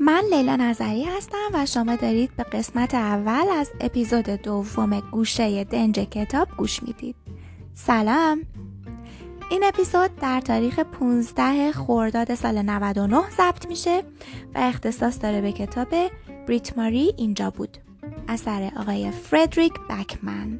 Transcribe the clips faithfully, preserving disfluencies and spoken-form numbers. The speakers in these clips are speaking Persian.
من لیلا نظری هستم و شما دارید به قسمت اول از اپیزود دوم گوشه دنج کتاب گوش میدید. سلام. این اپیزود در تاریخ پانزده خرداد سال نود و نه ضبط میشه و اختصاص داره به کتاب بریت ماری اینجا بود اثر آقای فردریک بکمن.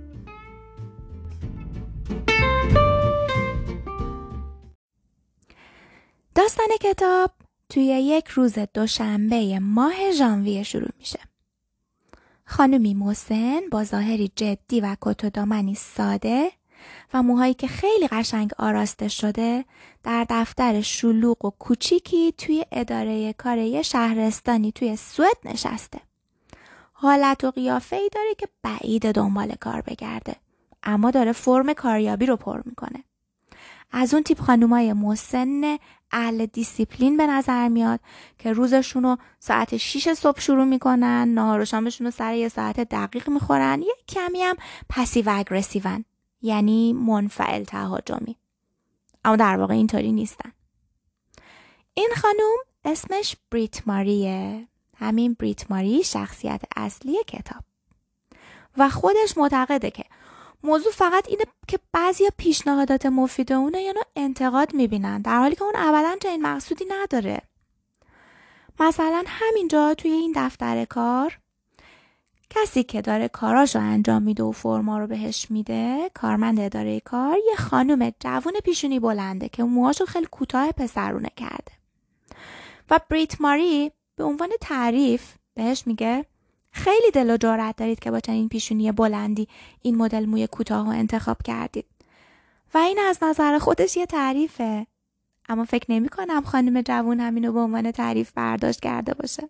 داستان کتاب توی یک روز دوشنبه ماه ژانویه شروع میشه. خانومی مسن با ظاهری جدی و کت و دامنی ساده و موهایی که خیلی قشنگ آراسته شده در دفتر شلوغ و کوچیکی توی اداره کاری شهرستانی توی سوئد نشسته. حالت و قیافه‌ای داره که بعید دنبال کار بگرده، اما داره فرم کاریابی رو پر میکنه. از اون تیپ خانومای مسن اهل دیسیپلین به نظر میاد که روزشون رو ساعت شیش صبح شروع میکنن، نهار و شامشون رو سر یه ساعت دقیق میخورن، یه کمی هم پسیو اگریسیون، یعنی منفعل تهاجمی. اما در واقع اینطوری نیستن. این خانوم اسمش بریت ماریه. همین بریت ماری شخصیت اصلی کتاب و خودش معتقده که موضوع فقط اینه که بعضی پیشنهادات مفید اونه یا انتقاد میبینن، در حالی که اون ابداً چنین مقصودی نداره. مثلا همینجا توی این دفتر کار کسی که داره کاراشو انجام میده و فرما رو بهش میده، کارمند اداره کار، یه خانم جوون پیشونی بلنده که موهاشو خیلی کوتاه پسرونه کرده و بریت ماری به عنوان تعریف بهش میگه خیلی دل و جرأت دارید که با چنین پیشونی بلندی این مدل موی کوتاه رو انتخاب کردید. و این از نظر خودش یه تعریفه، اما فکر نمی کنم خانم جوون همینو به عنوان تعریف برداشت کرده باشه.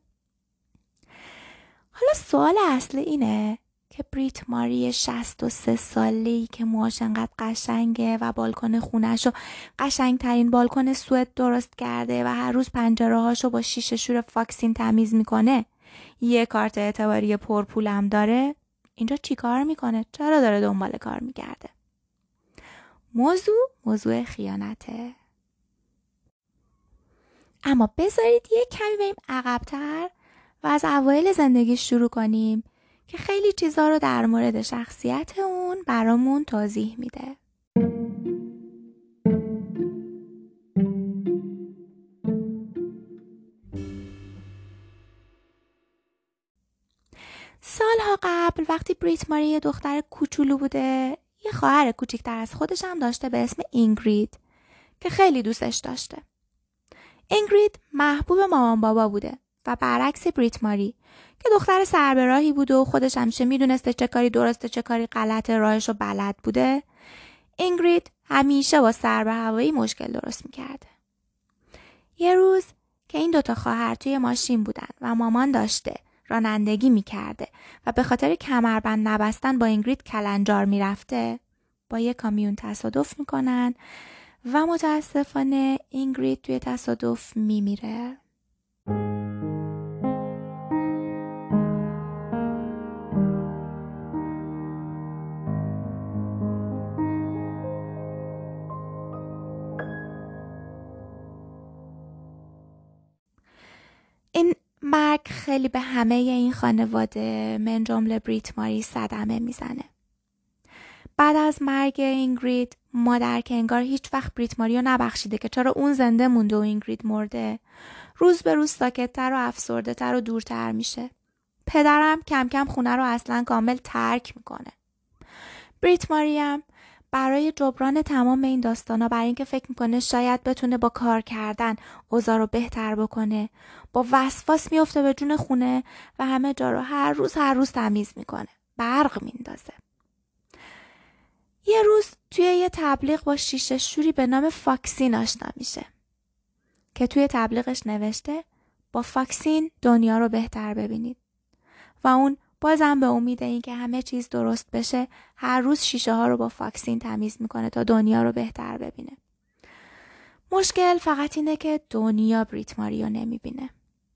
حالا سوال اصلی اینه که بریت ماری شصت و سه ساله‌ای که موهاش انقدر قشنگه و بالکن خونه‌شو قشنگترین بالکن سوئد درست کرده و هر روز پنجره‌هاشو با شیشه شور فاکسین تمیز میکنه، یه کارت اعتباری پرپولم داره، اینجا چی کار میکنه؟ چرا داره دنبال کار میگرده؟ موضوع موضوع خیانته. اما بذارید یه کمی بریم عقب‌تر و از اوایل زندگی شروع کنیم که خیلی چیزا رو در مورد شخصیت اون برامون توضیح میده. سالها قبل وقتی بریت ماری یه دختر کوچولو بوده، یه خواهر کوچیکتر از خودش هم داشته به اسم اینگرید که خیلی دوستش داشته. اینگرید محبوب مامان بابا بوده و برعکس بریت ماری که دختر سربراهی بوده و خودش همیشه میدونسته چه کاری درسته چه کاری غلطه، راهشو بلد بوده، اینگرید همیشه با سر به هوایی مشکل درست میکرده. یه روز که این دوتا خواهر توی ماشین بودن و مامان داشته رانندگی میکرده و به خاطر کمربند نبستن با اینگرید کلنجار میرفته، با یه کامیون تصادف میکنن و متاسفانه اینگرید توی تصادف میمیره. این مرگ خیلی به همه این خانواده من جمله بریت ماری صدمه میزنه. بعد از مرگ اینگرید مادر که انگار هیچ وقت بریت ماری رو نبخشیده که چرا اون زنده مونده و اینگرید مرده، روز به روز ساکت‌تر و افسرده‌تر و دورتر میشه. پدرم کم کم خونه رو اصلا کامل ترک میکنه. بریت ماری هم برای جبران تمام این داستانا، برای اینکه فکر میکنه شاید بتونه با کار کردن اوضاع رو بهتر بکنه، با وسواس میفته به جون خونه و همه جا رو هر روز هر روز تمیز میکنه، برق میندازه. یه روز توی یه تبلیغ با شیشه شوری به نام فاکسین آشنا میشه که توی تبلیغش نوشته با فاکسین دنیا رو بهتر ببینید و اون بازم به امید این که همه چیز درست بشه هر روز شیشه ها رو با فاکسین تمیز میکنه تا دنیا رو بهتر ببینه. مشکل فقط اینه که دنیا بریت ماری رو نمیبینه.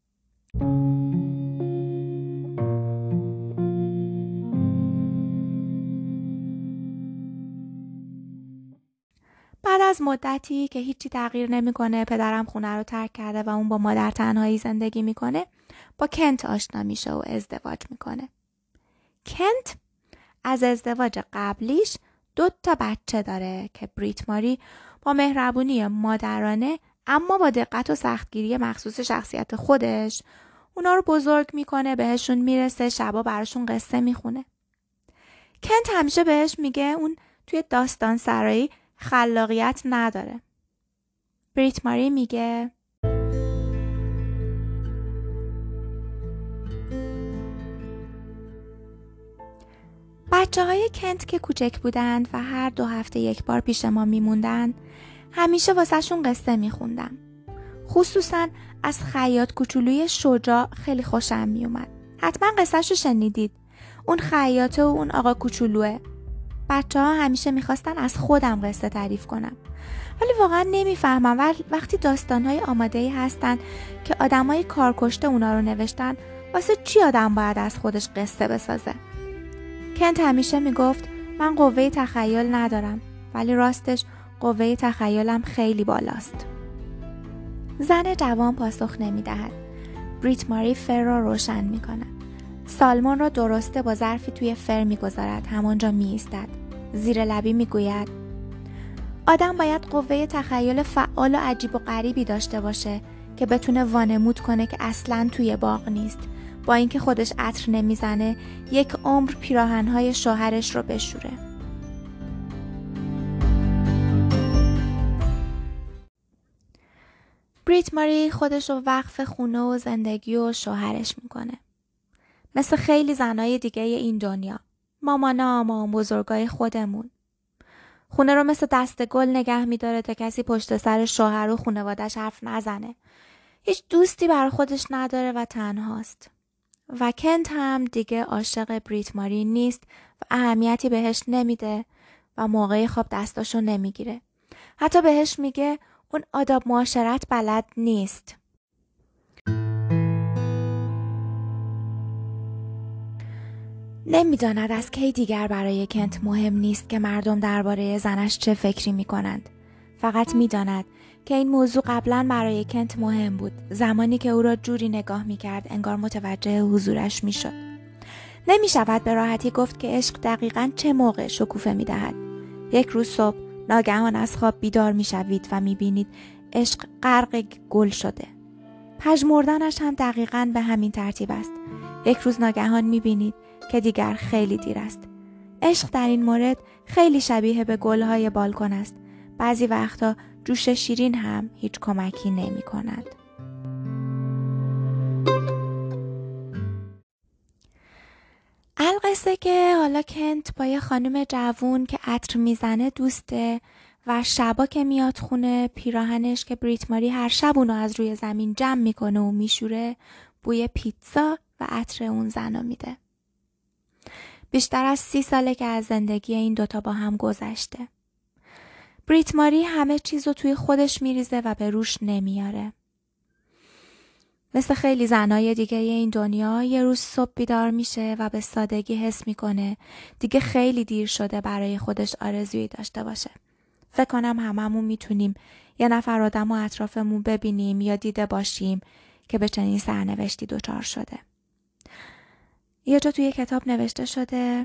بعد از مدتی که هیچی تغییر نمیکنه، پدرم خونه رو ترک کرده و اون با مادر تنهایی زندگی میکنه، با کنت آشنا میشه و ازدواج میکنه. کنت از ازدواج قبلیش دو تا بچه داره که بریت ماری با مهربونی مادرانه اما با دقت و سختگیری مخصوص شخصیت خودش اونا رو بزرگ میکنه، بهشون میرسه، شبا براشون قصه میخونه. کنت همیشه بهش میگه اون توی داستان سرایی خلاقیت نداره. بریت ماری میگه بچه های کنت که کوچک بودند و هر دو هفته یک بار پیش ما میموندن همیشه واسه شون قصه میخوندم. خصوصا از خیاط کوچولوی شجاع خیلی خوشم میومد. حتما قصه شو شنیدید. اون خیاطه و اون آقا کوچولوه. بچه ها همیشه میخواستن از خودم قصه تعریف کنم. ولی واقعا نمیفهمم وقتی داستانهای آماده‌ای هستن که آدمای کارکشته اونا رو نوشتن واسه چی آدم باید از خودش قصه بسازه؟ کنت همیشه میگفت من قوه تخیل ندارم، ولی راستش قوه تخیلم خیلی بالاست. زن جوان پاسخ نمیدهد. بریت ماری فر را روشن میکند. سالمون را درسته با ظرفی توی فر میگذارد، همانجا میایستد. زیر لبی میگوید آدم باید قوه تخیل فعال و عجیب و غریبی داشته باشه که بتونه وانمود کنه که اصلاً توی باغ نیست، با اینکه خودش عطر نمیزنه یک عمر پیراهن‌های شوهرش رو بشوره. بریت ماری خودش رو وقف خونه و زندگی و شوهرش میکنه. مثل خیلی زنای دیگه این دنیا. مامانا، مام بزرگای خودمون. خونه رو مثل دست گل نگه میداره تا کسی پشت سر شوهر و خانواده‌اش حرف نزنه. هیچ دوستی بر خودش نداره و تنهاست. و کنت هم دیگه عاشق بریت ماری نیست و اهمیتی بهش نمیده و موقع خواب دستاشو نمیگیره. حتی بهش میگه اون آداب معاشرت بلد نیست. نمیداند از کی دیگر برای کنت مهم نیست که مردم درباره زنش چه فکری میکنند. فقط میداند که این موضوع قبلا برای کنت مهم بود، زمانی که او را جوری نگاه میکرد انگار متوجه حضورش میشد. نمیشود به راحتی گفت که عشق دقیقاً چه موقع شکوفه میدهد. یک روز صبح ناگهان از خواب بیدار میشوید و میبینید عشق غرق گل شده. پژمردنش هم دقیقاً به همین ترتیب است. یک روز ناگهان میبینید که دیگر خیلی دیر است. عشق در این مورد خیلی شبیه به گلهای بالکن است. بعضی وقتا جوش شیرین هم هیچ کمکی نمی کند. القصه که حالا کنت با یه خانم جوون که عطر میزنه دوسته و شبا که میاد خونه پیراهنش که بریت ماری هر شب اونو از روی زمین جمع میکنه و میشوره بوی پیتزا و عطر اون زنو میده. بیشتر از سی ساله که از زندگی این دوتا با هم گذشته. بریت ماری همه چیزو توی خودش میریزه و به روش نمیاره. مثل خیلی زنای دیگه این دنیا یه روز صبح بیدار میشه و به سادگی حس میکنه دیگه خیلی دیر شده برای خودش آرزویی داشته باشه. فکر کنم هممون میتونیم یه نفر آدم و اطرافمون ببینیم یا دیده باشیم که به چنین سرنوشتی دچار شده. یه جا توی کتاب نوشته شده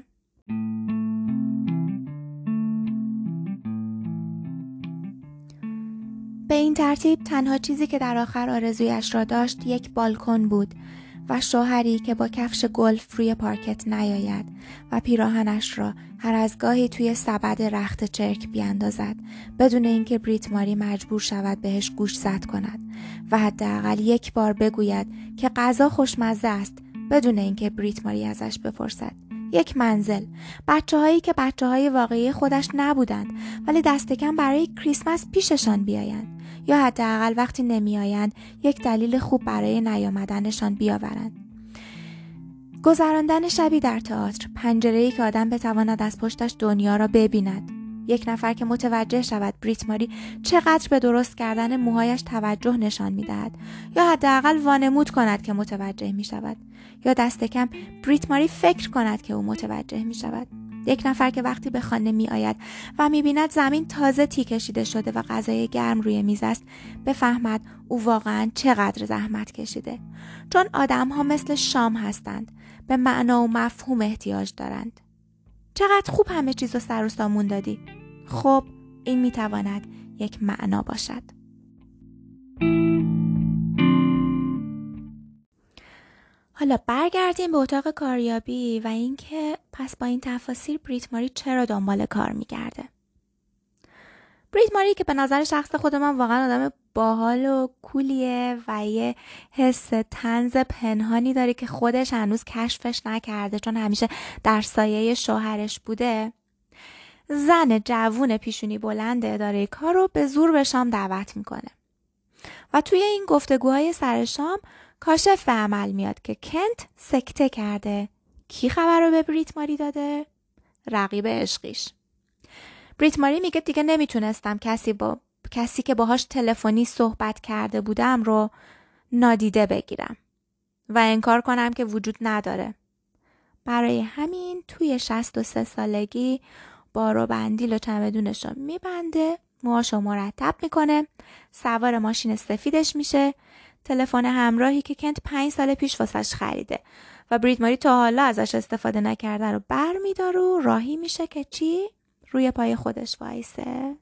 به این ترتیب تنها چیزی که در آخر آرزویش را داشت یک بالکن بود و شوهری که با کفش گلف روی پارکت نیاید و پیراهنش را هر از گاهی توی سبد رخت چرک بیاندازد بدون اینکه بریت ماری مجبور شود بهش گوشزد کند و حداقل یک بار بگوید که غذا خوشمزه است بدون اینکه بریت ماری ازش بپرسد. یک منزل، بچه هایی که بچه های واقعی خودش نبودند ولی دست کم برای کریسمس پیششان بیایند یا حداقل وقتی نمی آیند یک دلیل خوب برای نیامدنشان بیاورند. گذراندن شبی در تئاتر، پنجره‌ای که آدم بتواند از پشتش دنیا را ببیند. یک نفر که متوجه شود بریت ماری چقدر به درست کردن موهایش توجه نشان می‌دهد یا حداقل وانمود کند که متوجه می‌شود یا دست کم بریت ماری فکر کند که او متوجه می‌شود. یک نفر که وقتی به خانه می آید و می بیند زمین تازه تی کشیده شده و غذای گرم روی میز است، بفهمد او واقعا چقدر زحمت کشیده. چون آدم ها مثل شام هستند، به معنا و مفهوم احتیاج دارند. چقدر خوب همه چیز رو سر و سامون دادی. خب این می تواند یک معنا باشد. حالا برگردیم به اتاق کاریابی و اینکه پس با این تفاصیل بریت ماری چرا دنبال کار میگرده. بریت ماری که به نظر شخص خود من واقعا آدم باحال و کولیه و یه حس طنز پنهانی داره که خودش هنوز کشفش نکرده چون همیشه در سایه شوهرش بوده. زن جوون پیشونی بلند اداره کار رو به زور به شام دعوت میکنه و توی این گفتگوهای سر شام کاشف به عمل میاد که کنت سکته کرده. کی خبر رو به بریت ماری داده؟ رقیب عشقیش. بریت ماری میگه دیگه نمیتونستم کسی با کسی که باهاش تلفنی صحبت کرده بودم رو نادیده بگیرم و انکار کنم که وجود نداره. برای همین توی شصت و سه سالگی بارو بندیل و چمدونش رو میبنده، موهاشو مرتب میکنه، سوار ماشین سفیدش میشه، تلفن همراهی که کنت پنج سال پیش واسش خریده و بریت ماری تا حالا ازش استفاده نکرده رو بر میداره و راهی میشه که چی؟ روی پای خودش وایسه.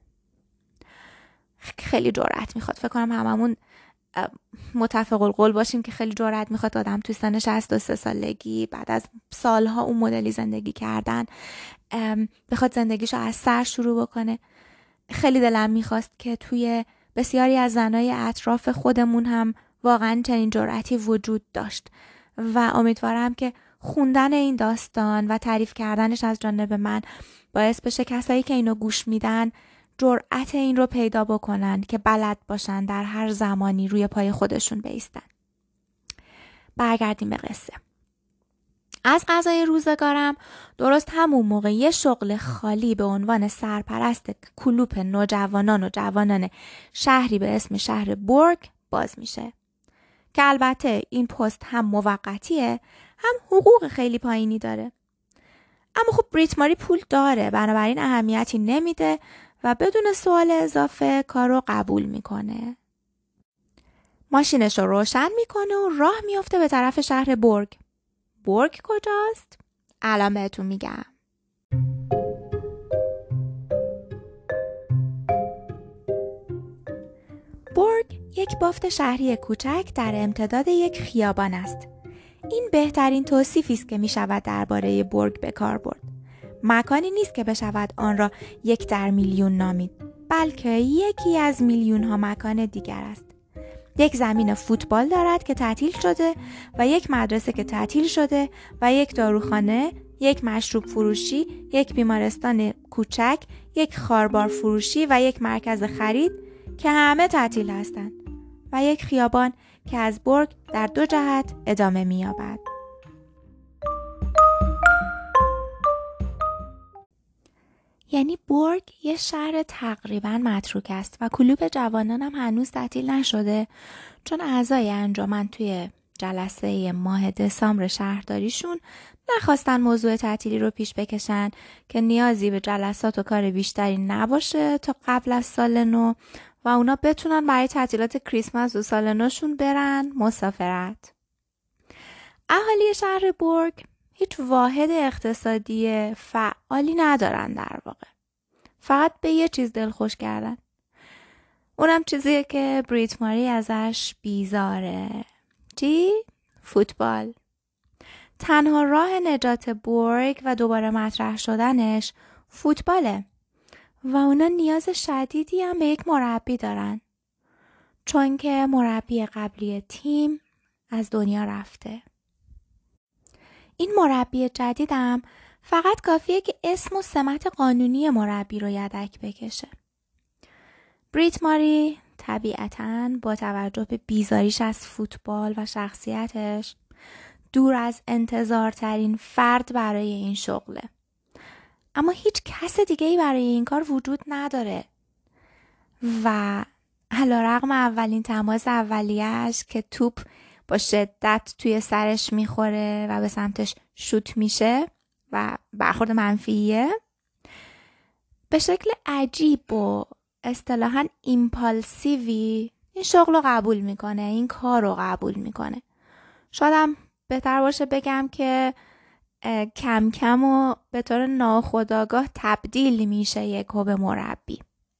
خیلی جرأت میخواد. فکر کنم هممون متفق القول باشیم که خیلی جرأت میخواد آدم توی سن شصت و سه سالگی بعد از سالها اون مدلی زندگی کردن بخواد زندگیشو از سر شروع بکنه. خیلی دلم میخواست که توی بسیاری از زنای اطراف خودمون هم واقعا چنین جرأتی وجود داشت و امیدوارم که خوندن این داستان و تعریف کردنش از جانب من باعث بشه کسایی که اینو گوش میدن جرأت این رو پیدا بکنن که بلد باشن در هر زمانی روی پای خودشون بایستن. برگردیم به قصه. از قضای روزگارم درست همون موقع یه شغل خالی به عنوان سرپرست کلوپ نوجوانان و جوانان شهری به اسم شهر بورگ باز میشه که البته این پست هم موقتیه هم حقوق خیلی پایینی داره. اما خب بریت ماری پول داره، بنابراین اهمیتی نمیده و بدون سوال اضافه کار رو قبول میکنه. ماشینش رو روشن میکنه و راه میفته به طرف شهر بورگ. بورگ کجاست؟ الان بهتون میگم. بورگ یک بافت شهری کوچک در امتداد یک خیابان است. این بهترین توصیفی است که می شود درباره بورگ به کار برد. مکانی نیست که بشود آن را یک در میلیون نامید، بلکه یکی از میلیون ها مکان دیگر است. یک زمین فوتبال دارد که تعطیل شده و یک مدرسه که تعطیل شده و یک داروخانه، یک مشروب فروشی، یک بیمارستان کوچک، یک خاربار فروشی و یک مرکز خرید که همه تعطیل هستند و یک خیابان که از بورگ در دو جهت ادامه می‌یابد. یعنی بورگ یه شهر تقریباً متروک است و کلوب جوانان هم هنوز تعطیل نشده، چون اعضای انجمن توی جلسه ماه دسامبر شهرداریشون نخواستن موضوع تعطیلی رو پیش بکشن که نیازی به جلسات و کار بیشتری نباشه تا قبل از سال نو و اونا بتونن برای تعطیلات کریسمس و سال نوشون برن مسافرت. اهالی شهر بورگ هیچ واحد اقتصادی فعالی ندارن در واقع. فقط به یه چیز دلخوش کردن. اونم چیزیه که بریت ماری ازش بیزاره. چی؟ فوتبال. تنها راه نجات بورگ و دوباره مطرح شدنش فوتباله و اونا نیاز شدیدی هم به یک مربی دارن، چون که مربی قبلی تیم از دنیا رفته. این مربی جدیدم فقط کافیه که اسم و سمت قانونی مربی رو یدک بکشه. بریت ماری طبیعتاً با توجه به بیزاریش از فوتبال و شخصیتش دور از انتظارترین فرد برای این شغله. اما هیچ کس دیگه‌ای برای این کار وجود نداره و علیرغم اولین تماس اولیه‌اش که توپ با شدت توی سرش میخوره و به سمتش شوت میشه، و برخورد منفیه، به شکل عجیب و اصطلاحاً ایمپالسیوی این شغل رو قبول میکنه، این کار رو قبول میکنه. شایدم بهتر باشه بگم که کم کم و به طور ناخودآگاه تبدیل میشه یکو به مربی.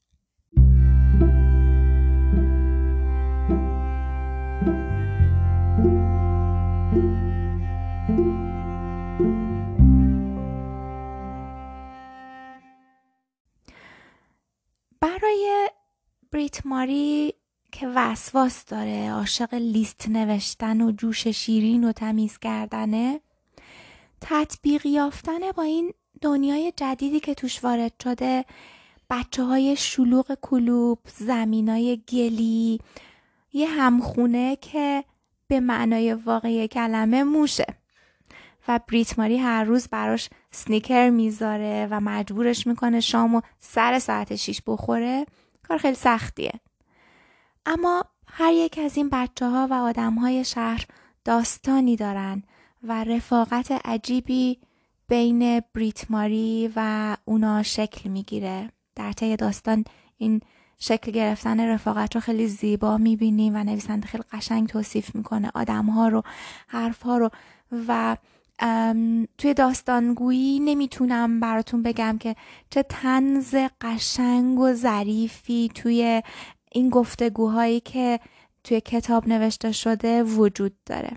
برای بریت ماری که وسواس داره، عاشق لیست نوشتن و جوش شیرین و تمیز کردنه، تطبیق یافتن با این دنیای جدیدی که توش وارد شده، بچه های شلوغ کلوب، زمینای گلی، یه همخونه که به معنای واقعی کلمه موشه و بریت ماری هر روز براش سنیکر میذاره و مجبورش میکنه شامو سر ساعت شیش بخوره. کار خیلی سختیه. اما هر یک از این بچه ها و آدم های شهر داستانی دارن و رفاقت عجیبی بین بریت ماری و اونا شکل میگیره. در طی داستان این شکل گرفتن رفاقت رو خیلی زیبا میبینیم و نویسنده خیلی قشنگ توصیف میکنه آدم ها رو، حرف ها رو. و توی داستانگویی نمیتونم براتون بگم که چه طنز قشنگ و ظریفی توی این گفتگوهایی که توی کتاب نوشته شده وجود داره.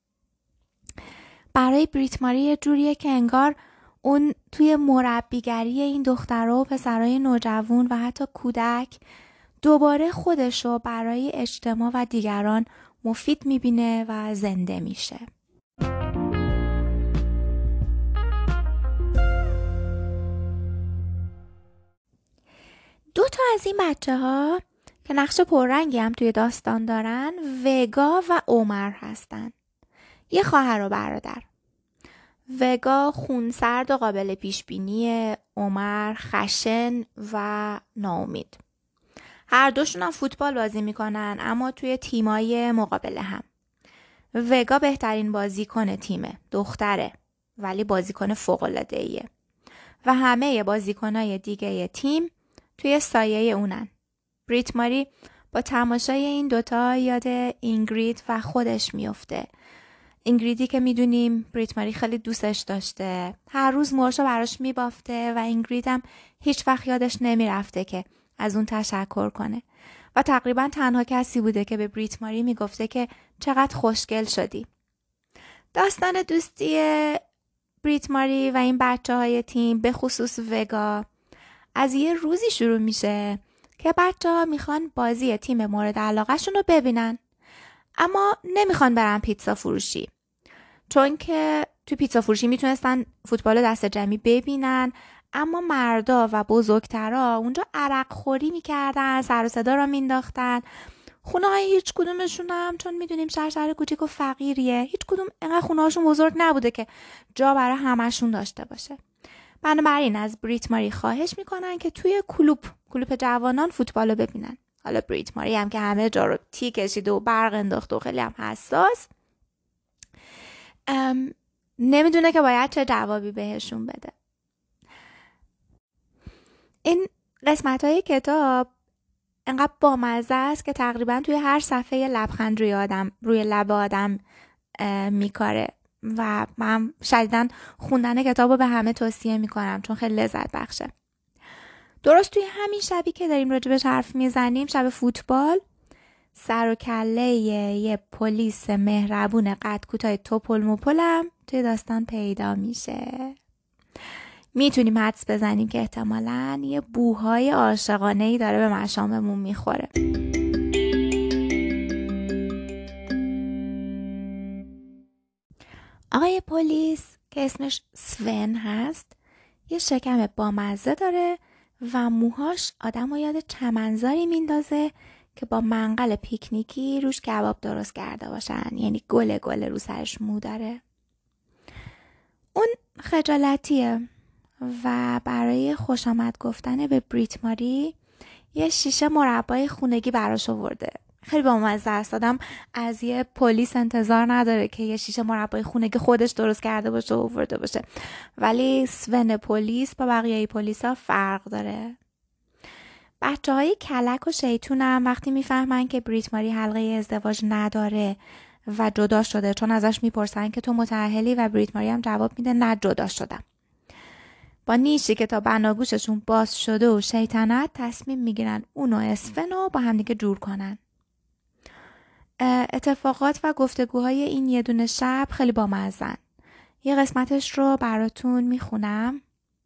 برای بریت ماری یه جوریه که انگار اون توی مربیگری این دخترها و پسرای نوجوان و حتی کودک دوباره خودشو برای اجتماع و دیگران مفید میبینه و زنده میشه. دو تا از این بچه ها که نقش پررنگی هم توی داستان دارن، وگا و عمر هستن. یه خواهر و برادر. وگا خونسرد و قابل پیش بینیه، عمر خشن و ناامید. هر دوشون هم فوتبال بازی میکنن اما توی تیمای مقابل هم. وگا بهترین بازیکن تیمه، دختره ولی بازیکن فوق‌العاده‌ایه و همه بازیکنای دیگه تیم توی سایه اونن. بریت ماری با تماشای این دوتا یاد اینگرید و خودش میفته. اینگریدی که میدونیم بریت ماری خیلی دوستش داشته، هر روز مرشو براش میبافته و اینگرید هم هیچ وقت یادش نمیرفته که از اون تشکر کنه و تقریبا تنها کسی بوده که به بریت ماری میگفته که چقدر خوشگل شدی. داستان دوستی بریت ماری و این بچه های تیم به خصوص وگا از یه روزی شروع میشه که بچه ها میخوان بازی تیم مورد علاقه شون رو ببینن اما نمیخوان برن پیتزا فروشی، چون که تو پیتزا فروشی میتونستن فوتبال دست جمعی ببینن اما مردا و بزرگترا اونجا عرق خوری میکردن، سر و صدا را مینداختن. خونه های هیچ کدومشون هم چون میدونیم شهر شهر کوچیک و فقیریه، هیچ کدوم اینقدر خونه هاشون بزرگ نبوده که جا برای همشون داشته باشه. بنابراین از بریت ماری خواهش میکنن که توی کلوب کلوب جوانان فوتبال رو ببینن. حالا بریت ماری هم که همه جا رو تی کشیده و برق انداخته و خیلی هم حساس، نمیدونه که باید چه جوابی بهشون بده. این قسمت های کتاب انقدر بامزه است که تقریبا توی هر صفحه لبخند روی آدم روی لب آدم میکاره و من شدیداً خوندن کتاب رو به همه توصیه میکنم چون خیلی لذت بخشه. درست توی همین شبی که داریم راجبش حرف میزنیم، شب فوتبال، سر و کله یه پلیس مهربون قد کوتاه توپل مپلم توی داستان پیدا میشه. میتونیم حدس بزنیم که احتمالاً یه بوهای عاشقانه‌ای داره به مشاممون میخوره. آقای پلیس که اسمش سون هست یه شکم بامزه داره و موهاش آدم رو یاد چمنزاری میندازه که با منقل پیکنیکی روش کباب درست کرده باشن، یعنی گل گل رو سرش مو داره. اون خجالتیه و برای خوش آمد گفتن به بریت ماری یه شیشه مربای خونگی براش آورده. خیلی با مزه است. آدم از یه پلیس انتظار نداره که یه شیشه مربای خونگی خودش درست کرده باشه و آورده باشه، ولی سون پلیس با بقیه پلیسا فرق داره. بچه های کلک و شیطون هم وقتی میفهمن که بریت ماری حلقه ازدواج نداره و جدا شده، چون ازش میپرسن که تو متأهلی و بریت ماری هم جواب میده نه جدا شدم، با نیشی که تا بناگوششون باز شده و شیطنت تصمیم میگیرن اونو اسفنو با هم دیگه جور کنن. اتفاقات و گفتگوهای این یه دونه شب خیلی بامزن. یه قسمتش رو براتون میخونم.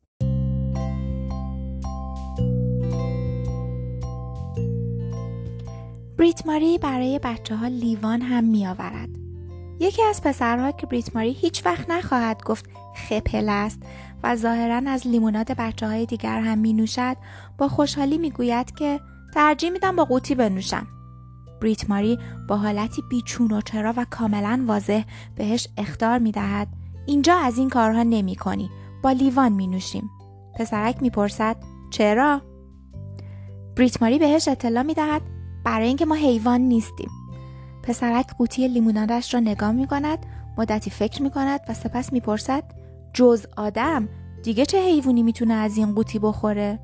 بریت ماری برای بچه ها لیوان هم می آورد. یکی از پسرها که بریت ماری هیچ وقت نخواهد گفت خپل است و ظاهراً از لیموناد بچه های دیگر هم می نوشد، با خوشحالی می گوید که ترجیح میدم با قوطی بنوشم. بریت ماری با حالتی بیچون و چرا و کاملا واضح بهش اخطار می دهد اینجا از این کارها نمی کنی، با لیوان می نوشیم. پسرک می پرسد چرا؟ بریت ماری بهش اطلاع می دهد برای اینکه ما حیوان نیستیم. پسرک قوطی لیمونادش را نگاه می کند، مدتی فکر می کند و سپس می پرسد جز آدم دیگه چه حیوانی می تونه از این قوطی بخوره؟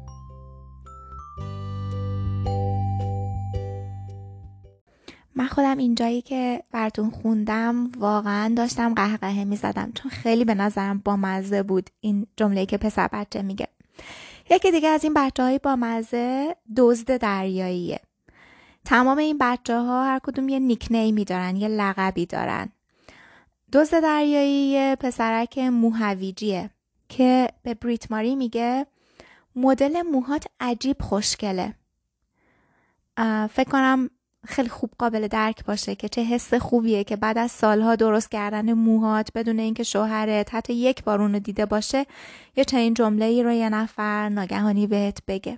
من خودم اینجایی که براتون خوندم واقعا داشتم قهقهه می زدم، چون خیلی به نظرم بامزه بود این جمله‌ای که پسر بچه میگه. یکی دیگه از این بچه های بامزه دزد دریاییه. تمام این بچه ها هر کدوم یه نیکنیمی دارن، یه لقبی دارن. دزد دریایی پسرک موهویجیه که به بریت ماری میگه مدل موهات عجیب خوشگله. فکر کنم خیلی خوب قابل درک باشه که چه حس خوبیه که بعد از سالها درست کردن موهات بدون اینکه شوهرت حتی یک بار اونو دیده باشه یه چنین جمله‌ای رو یه نفر ناگهانی بهت بگه.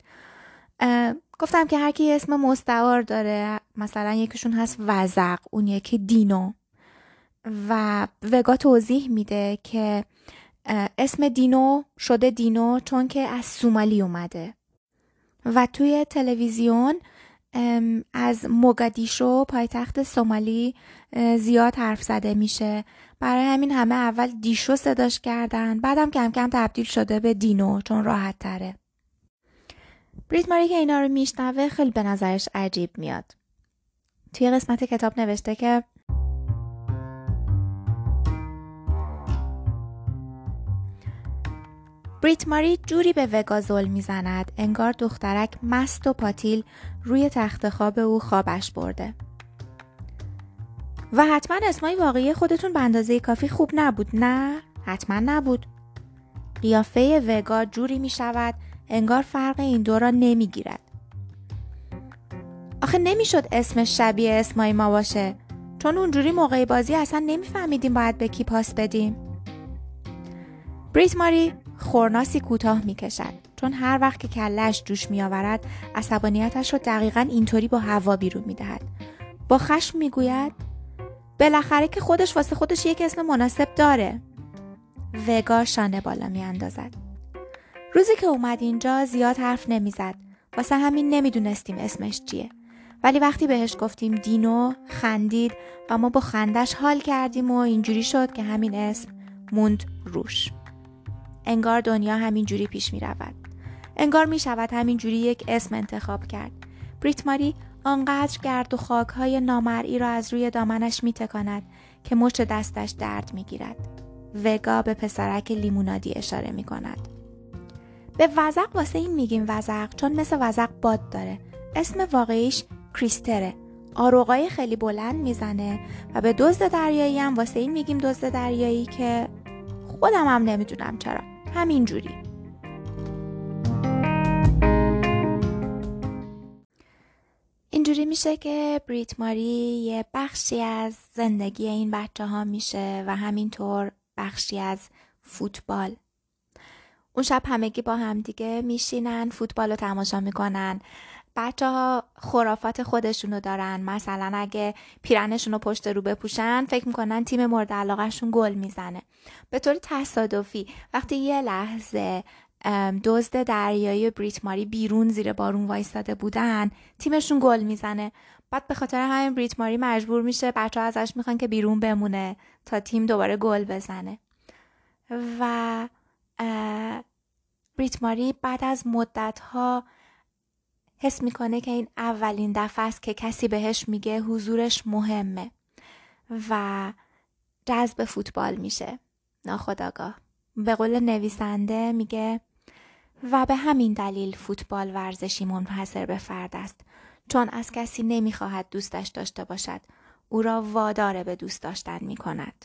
گفتم که هر کی اسم مستعار داره، مثلا یکیشون هست وزق، اون یکی دینو، و وگا توضیح میده که اسم دینو شده دینو چون که از سومالی اومده و توی تلویزیون از موگادیشو پایتخت سومالی زیاد حرف زده میشه، برای همین همه اول دیشو صداش کردن، بعدم کم کم تبدیل شده به دینو چون راحت تره. بریت ماری که اینا رو میشنوه خیلی به نظرش عجیب میاد. توی قسمت کتاب نوشته که بریت ماری جوری به وگا ظلم میزند انگار دخترک مست و پاتیل روی تخت خواب او خوابش برده. و حتما اسمای واقعی خودتون به اندازه کافی خوب نبود، نه؟ حتما نبود. قیافه وگا جوری میشود انگار فرق این دو را نمیگیرد. آخه نمیشد اسمش شبیه اسمای ما باشه، چون اونجوری موقع بازی اصلا نمیفهمیدیم باید به کی پاس بدیم. بریت ماری خورناسی کوتاه میکشد، چون هر وقت که کله‌اش جوش میآورد عصبانیتش رو دقیقاً اینطوری با هوا بیرون میدهد. با خشم میگوید بالاخره که خودش واسه خودش یک اسم مناسب داره. وگا شانه بالا میاندازد. روزی که اومد اینجا زیاد حرف نمیزد، واسه همین نمیدونستیم اسمش چیه، ولی وقتی بهش گفتیم دینو خندید و ما با خندش حال کردیم و اینجوری شد که همین اسم موند روش. انگار دنیا همین جوری پیش می رود. انگار می شود همین جوری یک اسم انتخاب کرد. بریت ماری آنقدر گرد و خاکهای نامرئی را از روی دامنش می تکاند که مچ دستش درد می گیرد. وگا به پسرک لیمونادی اشاره می کند. به وزق واسه این میگیم وزق چون مثل وزق باد داره. اسم واقعیش کریستره. آروغای خیلی بلند میزنه و به دزد دریایی هم واسه این میگیم دزد دریایی که خودم هم نمیدونم چرا. همین جوری. اینجوری میشه که بریت ماری یه بخشی از زندگی این بچه ها میشه و همینطور بخشی از فوتبال. اون شب همگی با هم دیگه میشینن فوتبال رو تماشا میکنن. بچه ها خرافات خودشونو دارن، مثلا اگه پیرنشونو پشت رو بپوشن فکر میکنن تیم مورد علاقهشون گل میزنه. به طور تصادفی وقتی یه لحظه دزد دریایی بریت ماری بیرون زیر بارون وایستاده بودن، تیمشون گل میزنه. بعد به خاطر همین بریت ماری مجبور میشه، بچه ها ازش میخوان که بیرون بمونه تا تیم دوباره گل بزنه. و بریت ماری بعد از مدت ها حس میکنه که این اولین دفعه است که کسی بهش میگه حضورش مهمه و جذب فوتبال میشه ناخودآگاه. به قول نویسنده میگه و به همین دلیل فوتبال ورزشی منحصر به فرد است، چون از کسی نمیخواهد دوستش داشته باشد، او را وادار به دوست داشتن میکند.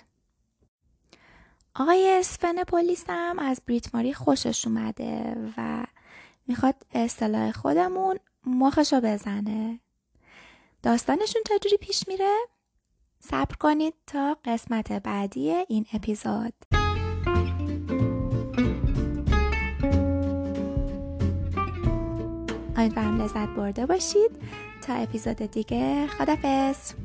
آقای اسفن پلیس هم از بریت ماری خوشش اومده و میخواد اصطلاح خودمون مخشو بزنه. داستانشون چجوری پیش میره؟ صبر کنید تا قسمت بعدی این اپیزود. امیدوارم لذت برده باشید. تا اپیزود دیگه، خداحافظ.